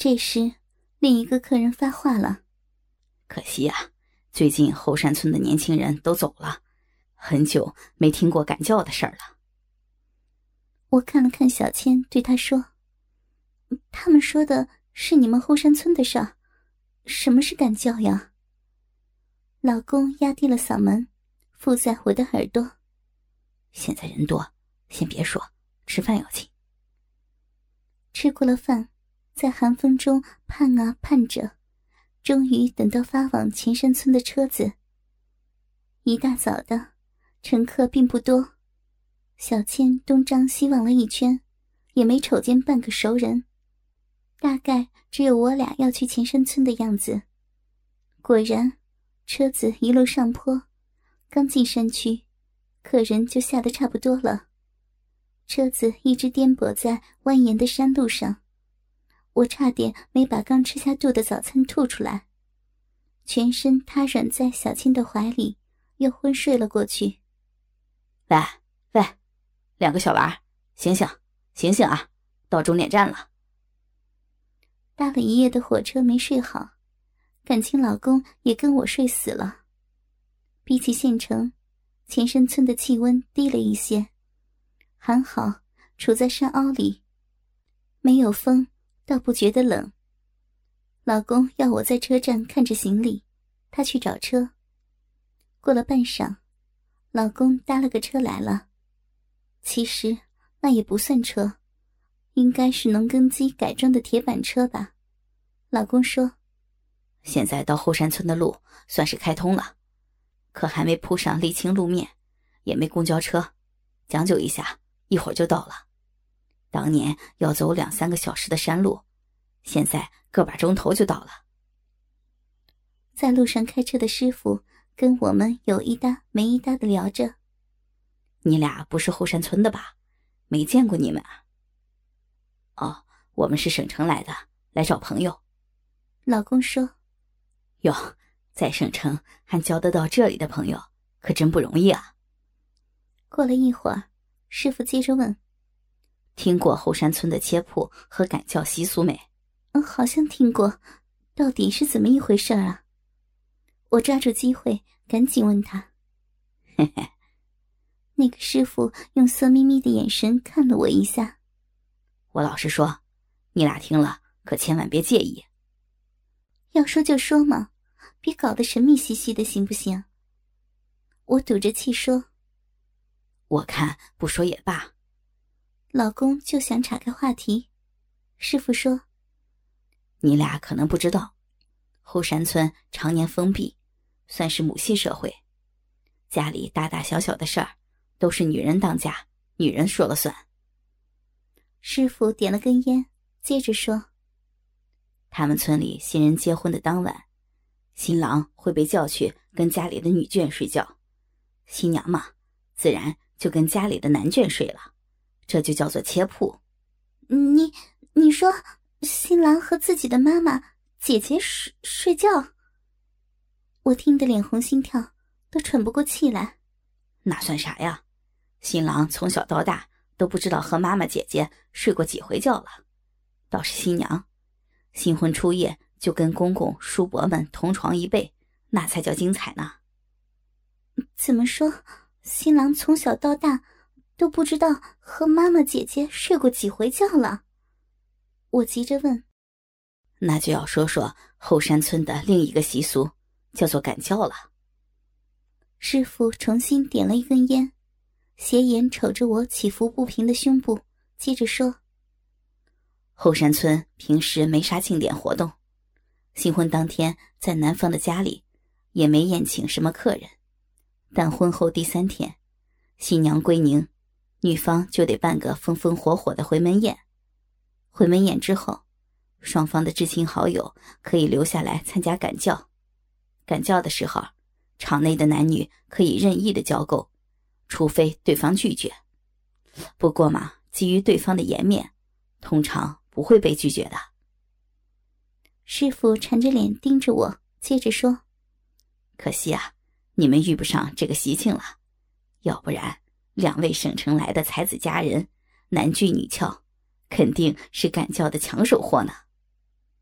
这时，另一个客人发话了：“ 可惜啊，最近后山村的年轻人都走了，很久没听过赶教的事儿了。” 我看了看小千，对他说：“他们说的是你们后山村的事儿，什么是赶教呀？”老公压低了嗓门，附在我的耳朵：“ 现在人多，先别说，吃饭要紧。” 吃过了饭，在寒风中盼啊盼着，终于等到发往前山村的车子。一大早的，乘客并不多，小千东张西望了一圈，也没瞅见半个熟人，大概只有我俩要去前山村的样子。果然，车子一路上坡，刚进山区，客人就下得差不多了。车子一直颠簸在蜿蜒的山路上，我差点没把刚吃下肚的早餐吐出来，全身瘫软在小千的怀里，又昏睡了过去。 喂喂，两个小娃，醒醒醒醒啊，到终点站了。 搭了一夜的火车没睡好，感情老公也跟我睡死了。比起县城，前山村的气温低了一些，还好处在山凹里，没有风，倒不觉得冷。老公要我在车站看着行李，他去找车。过了半晌，老公搭了个车来了。其实那也不算车，应该是农耕机改装的铁板车吧。老公说：“ 现在到后山村的路算是开通了，可还没铺上沥青路面，也没公交车，将就一下，一会儿就到了。当年要走2-3个小时的山路，现在个把钟头就到了。” 在路上开车的师傅跟我们有一搭没一搭的聊着：“ 你俩不是后山村的吧？没见过你们啊。”“哦，我们是省城来的，来找朋友。” 老公说：“ 哟，在省城还交得到这里的朋友，可真不容易啊。” 过了一会儿，师傅接着问：“ 听过后山村的切铺和赶教习俗没？”“ 好像听过，到底是怎么一回事啊？”我抓住机会赶紧问他。 嘿嘿， 那个师傅用色眯眯的眼神看了我一下。 “我老实说，你俩听了可千万别介意。”“ 要说就说嘛，别搞得神秘兮兮的行不行？”我赌着气说。 “我看不说也罢。” 老公就想岔开话题。师傅说：“ 你俩可能不知道，后山村常年封闭，算是母系社会，家里大大小小的事儿都是女人当家，女人说了算。” 师傅点了根烟，接着说：“ 他们村里新人结婚的当晚，新郎会被叫去跟家里的女眷睡觉，新娘嘛，自然就跟家里的男眷睡了，这就叫做切铺。”“ 你说新郎和自己的妈妈姐姐睡觉？”我听得脸红心跳，都喘不过气来。 “那算啥呀？新郎从小到大都不知道和妈妈姐姐睡过几回觉了，倒是新娘，新婚初夜就跟公公叔伯们同床一被，那才叫精彩呢。”“ 怎么说，新郎从小到大都不知道和妈妈姐姐睡过几回觉了？”我急着问。 “那就要说说后山村的另一个习俗，叫做赶教了。” 师傅重新点了一根烟，斜眼瞅着我起伏不平的胸部，接着说：“ 后山村平时没啥庆典活动，新婚当天在男方的家里也没宴请什么客人，但婚后第3天，新娘归宁，女方就得办个风风火火的回门宴。回门宴之后，双方的至亲好友可以留下来参加赶教。赶教的时候，场内的男女可以任意的交媾，除非对方拒绝。不过嘛，基于对方的颜面，通常不会被拒绝的。” 师傅缠着脸盯着我，接着说：“ 可惜啊，你们遇不上这个喜庆了，要不然2位省城来的才子佳人，男拒女俏，肯定是赶教的抢手货呢。”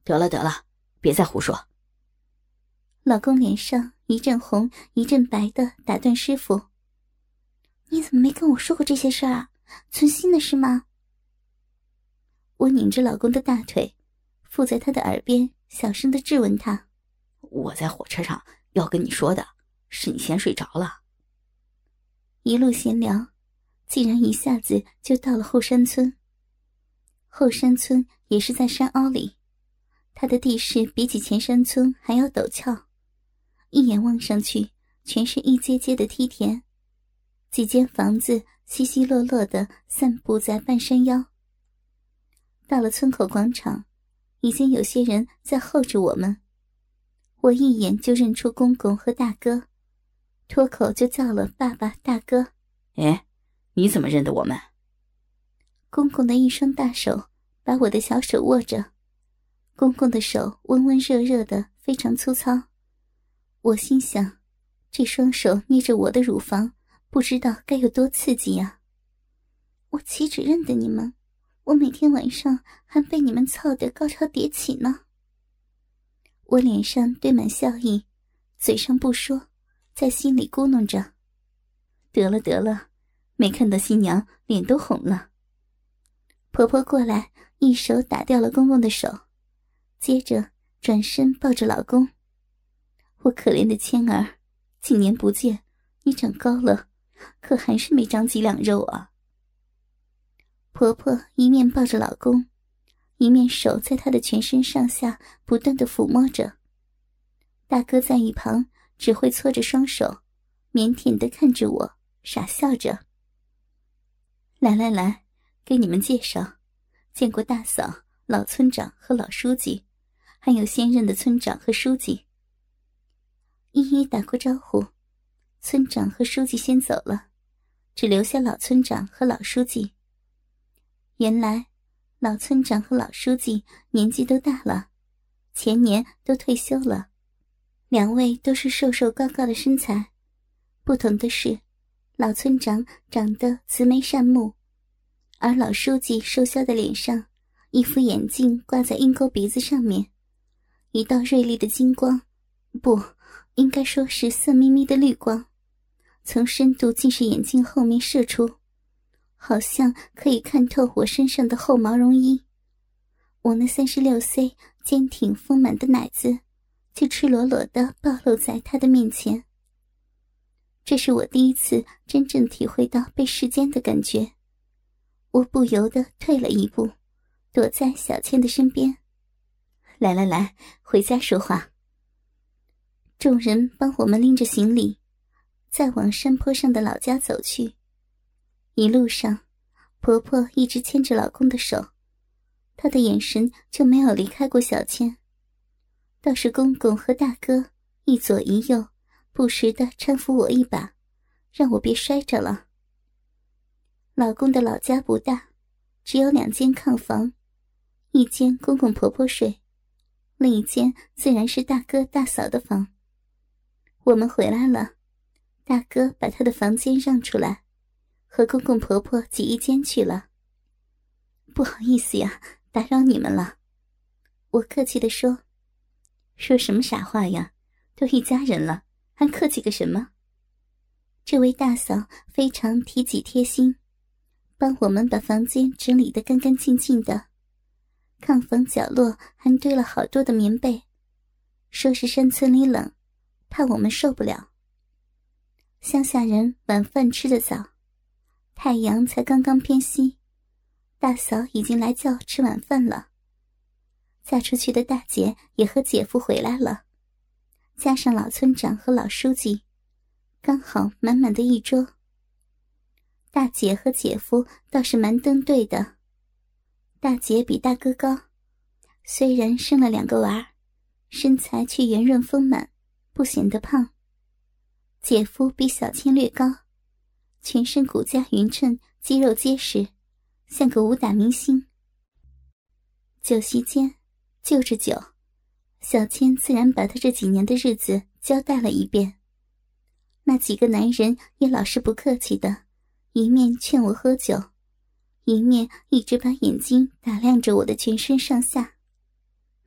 得了得了，别再胡说。 老公脸上一阵红一阵白的打断师傅：“你怎么没跟我说过这些事儿啊？存心的是吗？”我拧着老公的大腿，附在他的耳边小声的质问他：“ 我在火车上要跟你说的，是你先睡着了。” 一路闲聊，竟然一下子就到了后山村。后山村也是在山凹里，它的地势比起前山村还要陡峭，一眼望上去全是一阶阶的梯田，几间房子稀稀落落地散布在半山腰。到了村口广场，已经有些人在候着我们。我一眼就认出公公和大哥，脱口就叫了爸爸大哥。 哎，你怎么认得我们？ 公公的一双大手把我的小手握着，公公的手温温热热的，非常粗糙。我心想，这双手捏着我的乳房，不知道该有多刺激呀。我岂止认得你们，我每天晚上还被你们操得高潮迭起呢。我脸上堆满笑意，嘴上不说，在心里咕哝着：得了得了，没看到新娘脸都红了。婆婆过来，一手打掉了公公的手，接着转身抱着老公。我可怜的谦儿，几年不见，你长高了，可还是没长几两肉啊。婆婆一面抱着老公，一面手在他的全身上下不断地抚摸着。大哥在一旁只会搓着双手，腼腆地看着我，傻笑着。来来来，给你们介绍，见过大嫂、老村长和老书记，还有现任的村长和书记。一一打过招呼，村长和书记先走了，只留下老村长和老书记。原来老村长和老书记年纪都大了，前年都退休了，两位都是瘦瘦高高的身材。不同的是，老村长长得慈眉善目，而老书记瘦削的脸上，一副眼镜挂在鹰钩鼻子上面，一道锐利的金光，不，应该说是色眯眯的绿光，从深度近视眼镜后面射出，好像可以看透我身上的厚毛绒衣。我那36C坚挺丰满的奶子就赤裸裸地暴露在他的面前。这是我第一次真正体会到被视奸的感觉，我不由得退了一步，躲在小倩的身边。来来来，回家说话。众人帮我们拎着行李，再往山坡上的老家走去。一路上，婆婆一直牵着老公的手，她的眼神就没有离开过小倩。倒是公公和大哥一左一右，不时地搀扶我一把，让我别摔着了。老公的老家不大，只有2间炕房，一间公公婆婆睡，另一间自然是大哥大嫂的房。我们回来了，大哥把他的房间让出来，和公公婆婆挤一间去了。不好意思呀，打扰你们了。我客气地说。说什么傻话呀，都一家人了，还客气个什么？这位大嫂非常体己贴心，帮我们把房间整理得干干净净的，炕房角落还堆了好多的棉被，说是山村里冷，怕我们受不了。乡下人晚饭吃得早，太阳才刚刚偏西，大嫂已经来叫吃晚饭了。嫁出去的大姐也和姐夫回来了，加上老村长和老书记，刚好满满的一桌。大姐和姐夫倒是蛮登对的，大姐比大哥高，虽然生了2个娃儿，身材却圆润丰满，不显得胖。姐夫比小倩略高，全身骨架匀称，肌肉结实，像个武打明星。酒席间就着酒，小倩自然把她这几年的日子交代了一遍。那几个男人也老是不客气的，一面劝我喝酒，一面一直把眼睛打量着我的全身上下。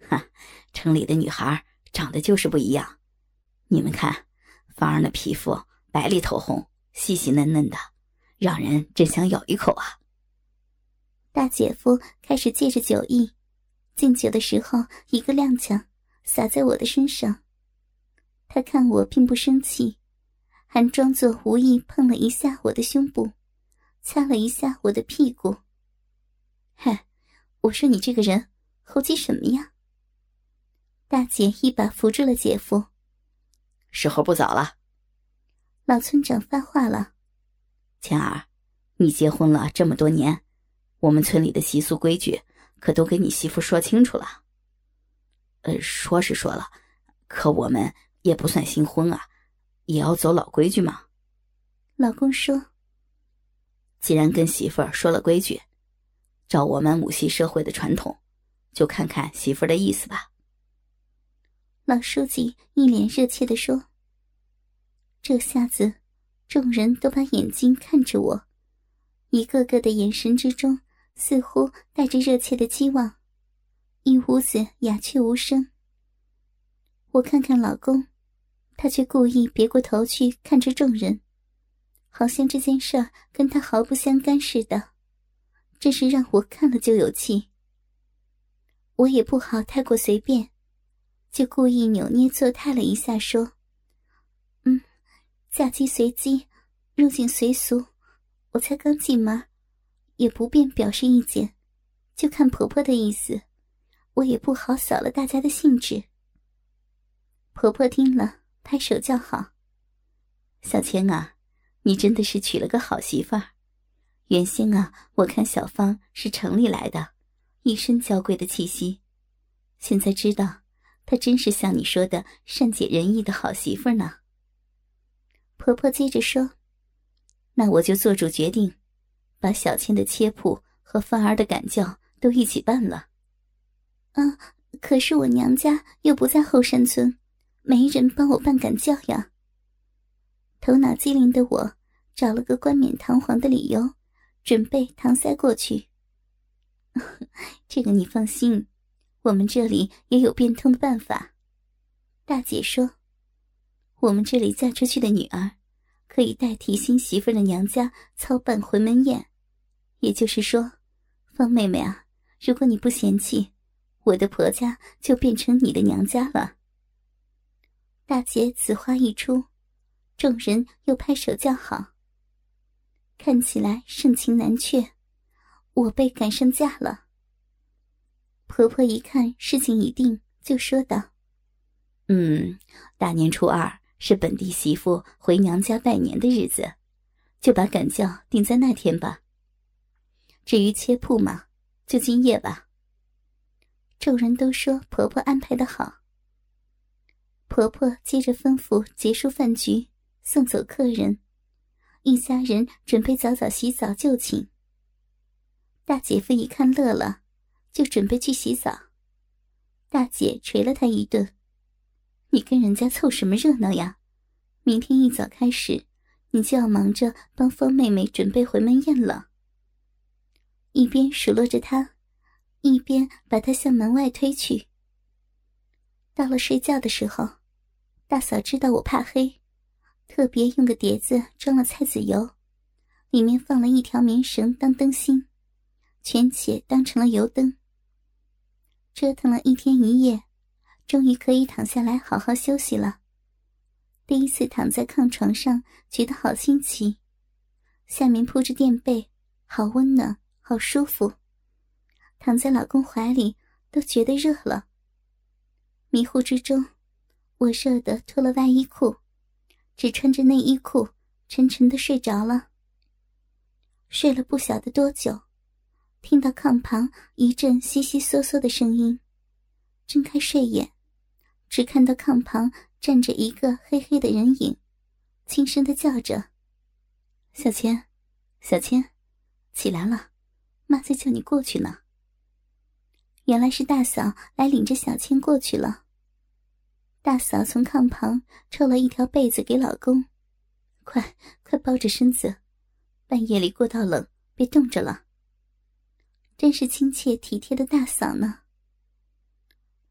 哈，城里的女孩长得就是不一样。你们看，芳儿那皮肤白里透红，细细嫩嫩的，让人真想咬一口啊。 大姐夫开始借着酒意，敬酒的时候一个踉跄，洒在我的身上。他看我并不生气，还装作无意碰了一下我的胸部，擦了一下我的屁股。嗨，我说你这个人猴急什么呀？大姐一把扶住了姐夫。 时候不早了。 老村长发话了。 倩儿，你结婚了这么多年，我们村里的习俗规矩可都给你媳妇说清楚了。说是说了，可我们也不算新婚啊，也要走老规矩嘛。 老公说， 既然跟媳妇儿说了规矩，照我们母系社会的传统，就看看媳妇儿的意思吧。 老书记一脸热切地说。这下子众人都把眼睛看着我，一个个的眼神之中似乎带着热切的期望，一屋子鸦雀无声。我看看老公，他却故意别过头去看着众人，好像这件事儿跟他毫不相干似的，真是让我看了就有气。我也不好太过随便，就故意扭捏作态了一下，说：“嫁鸡随鸡，入境随俗，我才刚进门，也不便表示意见，就看婆婆的意思，我也不好扫了大家的兴致。”婆婆听了，拍手叫好：“ 小千啊，你真的是娶了个好媳妇儿。原先啊，我看小芳是城里来的，一身娇贵的气息，现在知道她真是像你说的善解人意的好媳妇儿呢。” 婆婆接着说：“ 那我就做主决定，把小千的切铺和芳儿的赶轿都一起办了。” 可是我娘家又不在后山村，没人帮我办赶轿呀。头脑机灵的我找了个冠冕堂皇的理由，准备搪塞过去。 这个你放心，我们这里也有变通的办法。 大姐说， 我们这里嫁出去的女儿可以代替新媳妇的娘家操办回门宴，也就是说，方妹妹啊，如果你不嫌弃，我的婆家就变成你的娘家了。 大姐此话一出，众人又拍手叫好，看起来盛情难却，我被赶上嫁了。婆婆一看事情已定，就说道：“ 大年初二是本地媳妇回娘家拜年的日子，就把赶轿定在那天吧。至于切铺嘛，就今夜吧。” 众人都说婆婆安排得好。婆婆接着吩咐结束饭局，送走客人，一家人准备早早洗澡就寝。大姐夫一看乐了，就准备去洗澡。大姐捶了他一顿：“你跟人家凑什么热闹呀？明天一早开始，你就要忙着帮方妹妹准备回门宴了。”一边数落着她，一边把她向门外推去。到了睡觉的时候，大嫂知道我怕黑，特别用个碟子装了菜籽油，里面放了一条棉绳当灯芯，全且当成了油灯。折腾了一天一夜，终于可以躺下来好好休息了。第一次躺在炕床上，觉得好新奇，下面铺着垫被，好温暖，好舒服。躺在老公怀里都觉得热了。迷糊之中，我热得脱了外衣裤，只穿着内衣裤沉沉地睡着了。睡了不晓得多久，听到炕旁一阵悉悉嗦嗦的声音，睁开睡眼，只看到炕旁站着一个黑黑的人影，轻声地叫着：“ 小千，小千，起来了，妈在叫你过去呢。” 原来是大嫂来领着小千过去了。大嫂从炕旁抽了一条被子给老公：“快包着身子，半夜里过道冷，别冻着了。”真是亲切体贴的大嫂呢。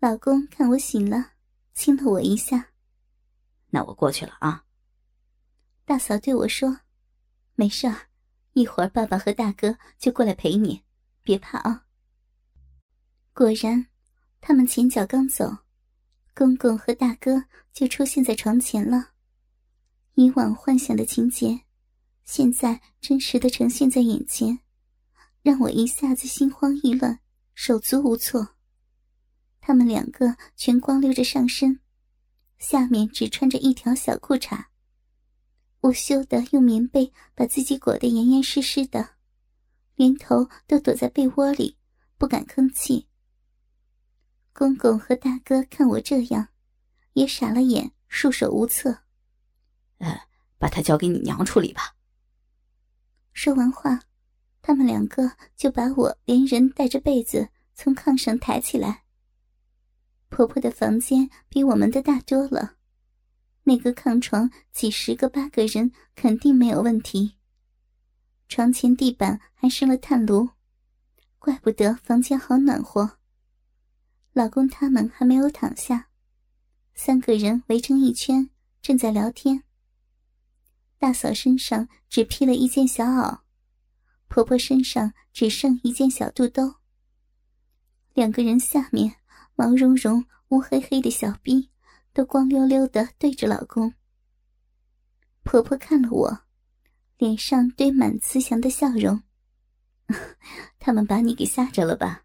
老公看我醒了，亲了我一下。 那我过去了啊。 大嫂对我说，没事儿，一会儿爸爸和大哥就过来陪你，别怕啊。果然，他们前脚刚走，公公和大哥就出现在床前了。以往幻想的情节，现在真实的呈现在眼前，让我一下子心慌意乱，手足无措。他们两个全光溜着上身，下面只穿着一条小裤衩。我羞得用棉被把自己裹得严严实实的，连头都躲在被窝里，不敢吭气。公公和大哥看我这样，也傻了眼，束手无策。 把他交给你娘处理吧。 说完话，他们两个就把我连人带着被子从炕上抬起来。婆婆的房间比我们的大多了，那个炕床几10个8个人肯定没有问题。床前地板还生了炭炉，怪不得房间好暖和。老公他们还没有躺下，3个人围成一圈，正在聊天。大嫂身上只披了一件小袄，婆婆身上只剩一件小肚兜。2个人下面毛茸茸乌黑黑的小逼都光溜溜地对着老公。婆婆看了我，脸上堆满慈祥的笑容。他们把你给吓着了吧？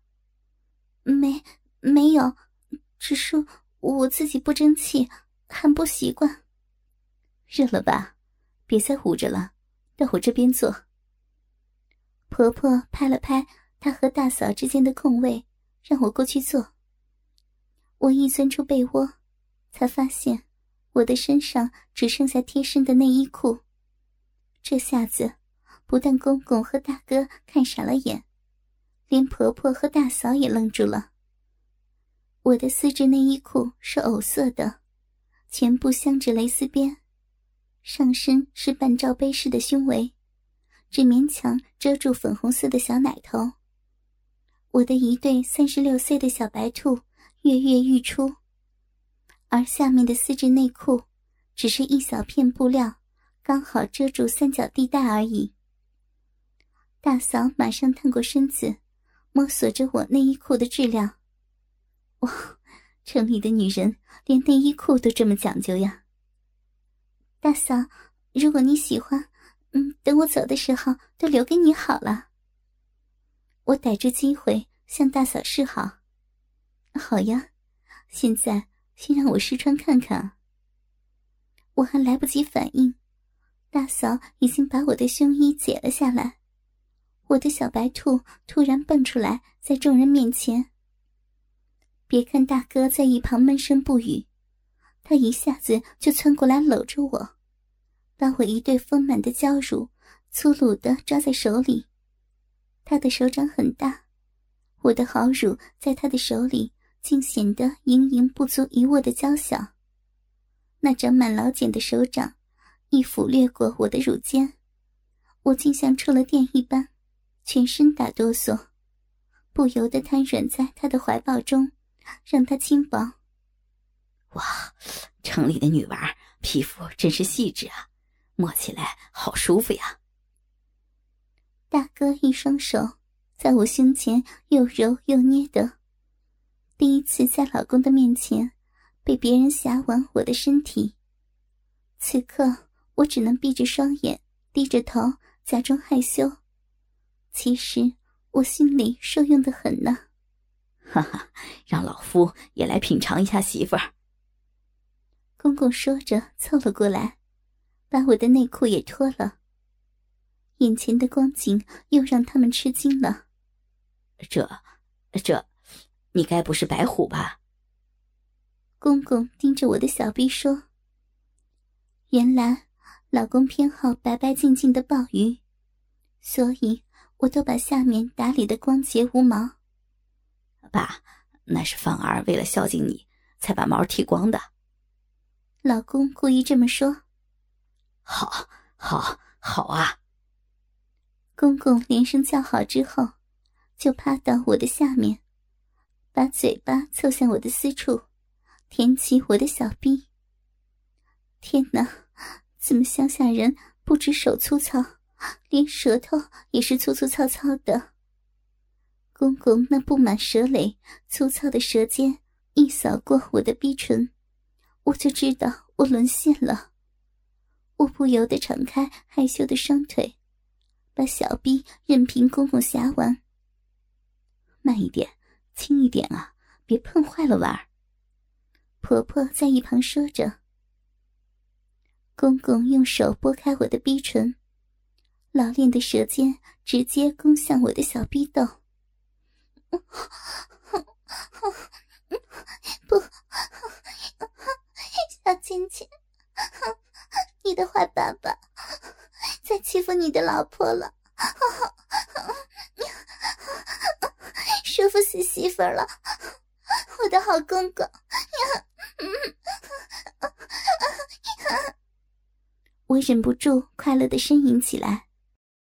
没有，只是我自己不争气，还不习惯。热了吧？别再捂着了，到我这边坐。婆婆拍了拍她和大嫂之间的空位，让我过去坐。我一钻出被窝，才发现我的身上只剩下贴身的内衣裤。这下子不但公公和大哥看傻了眼，连婆婆和大嫂也愣住了。我的丝质内衣裤是藕色的，全部镶着蕾丝边，上身是半罩杯式的胸围，只勉强遮住粉红色的小奶头。我的一对36岁的小白兔跃跃欲出，而下面的丝质内裤只是一小片布料，刚好遮住三角地带而已。大嫂马上探过身子，摸索着我内衣裤的质量。哇，城里的女人连内衣裤都这么讲究呀。大嫂，如果你喜欢，等我走的时候都留给你好了。我逮住机会向大嫂示好。好呀，现在先让我试穿看看。我还来不及反应，大嫂已经把我的胸衣解了下来。我的小白兔突然蹦出来，在众人面前。别看大哥在一旁闷声不语，他一下子就窜过来搂着我，把我一对丰满的娇乳粗鲁地抓在手里。他的手掌很大，我的好乳在他的手里竟显得盈盈不足一握的娇小。那长满老茧的手掌一抚掠过我的乳尖，我竟像触了电一般，全身打哆嗦，不由得瘫软在他的怀抱中，让他亲抱。 哇，城里的女娃皮肤真是细致啊，摸起来好舒服呀。 大哥一双手在我胸前又揉又捏的，第一次在老公的面前被别人挟玩我的身体。此刻我只能闭着双眼，低着头，假装害羞。其实我心里受用得很呢。 哈哈，让老夫也来品尝一下媳妇儿。 公公说着凑了过来，把我的内裤也脱了。眼前的光景又让他们吃惊了。 这，你该不是白虎吧？ 公公盯着我的小臂说。原来老公偏好白白净净的鲍鱼，所以我都把下面打理得光洁无毛。 爸，那是芳儿为了孝敬你才把毛剃光的。 老公故意这么说。 好啊。 公公连声叫好之后，就趴到我的下面， 把嘴巴凑向我的私处，舔起我的小逼。天哪，怎么乡下人不止手粗糙，连舌头也是粗粗糙糙的。公公那布满舌蕾粗糙的舌尖一扫过我的逼唇，我就知道我沦陷了。我不由得敞开害羞的双腿，把小逼任凭公公夹完。慢一点，轻一点啊，别碰坏了碗儿。婆婆在一旁说着。公公用手拨开我的逼唇，老练的舌尖直接攻向我的小逼斗。不，小倩倩，你的坏爸爸在欺负你的老婆了，舒服死媳妇了，我的好公公。我忍不住快乐地呻吟起来。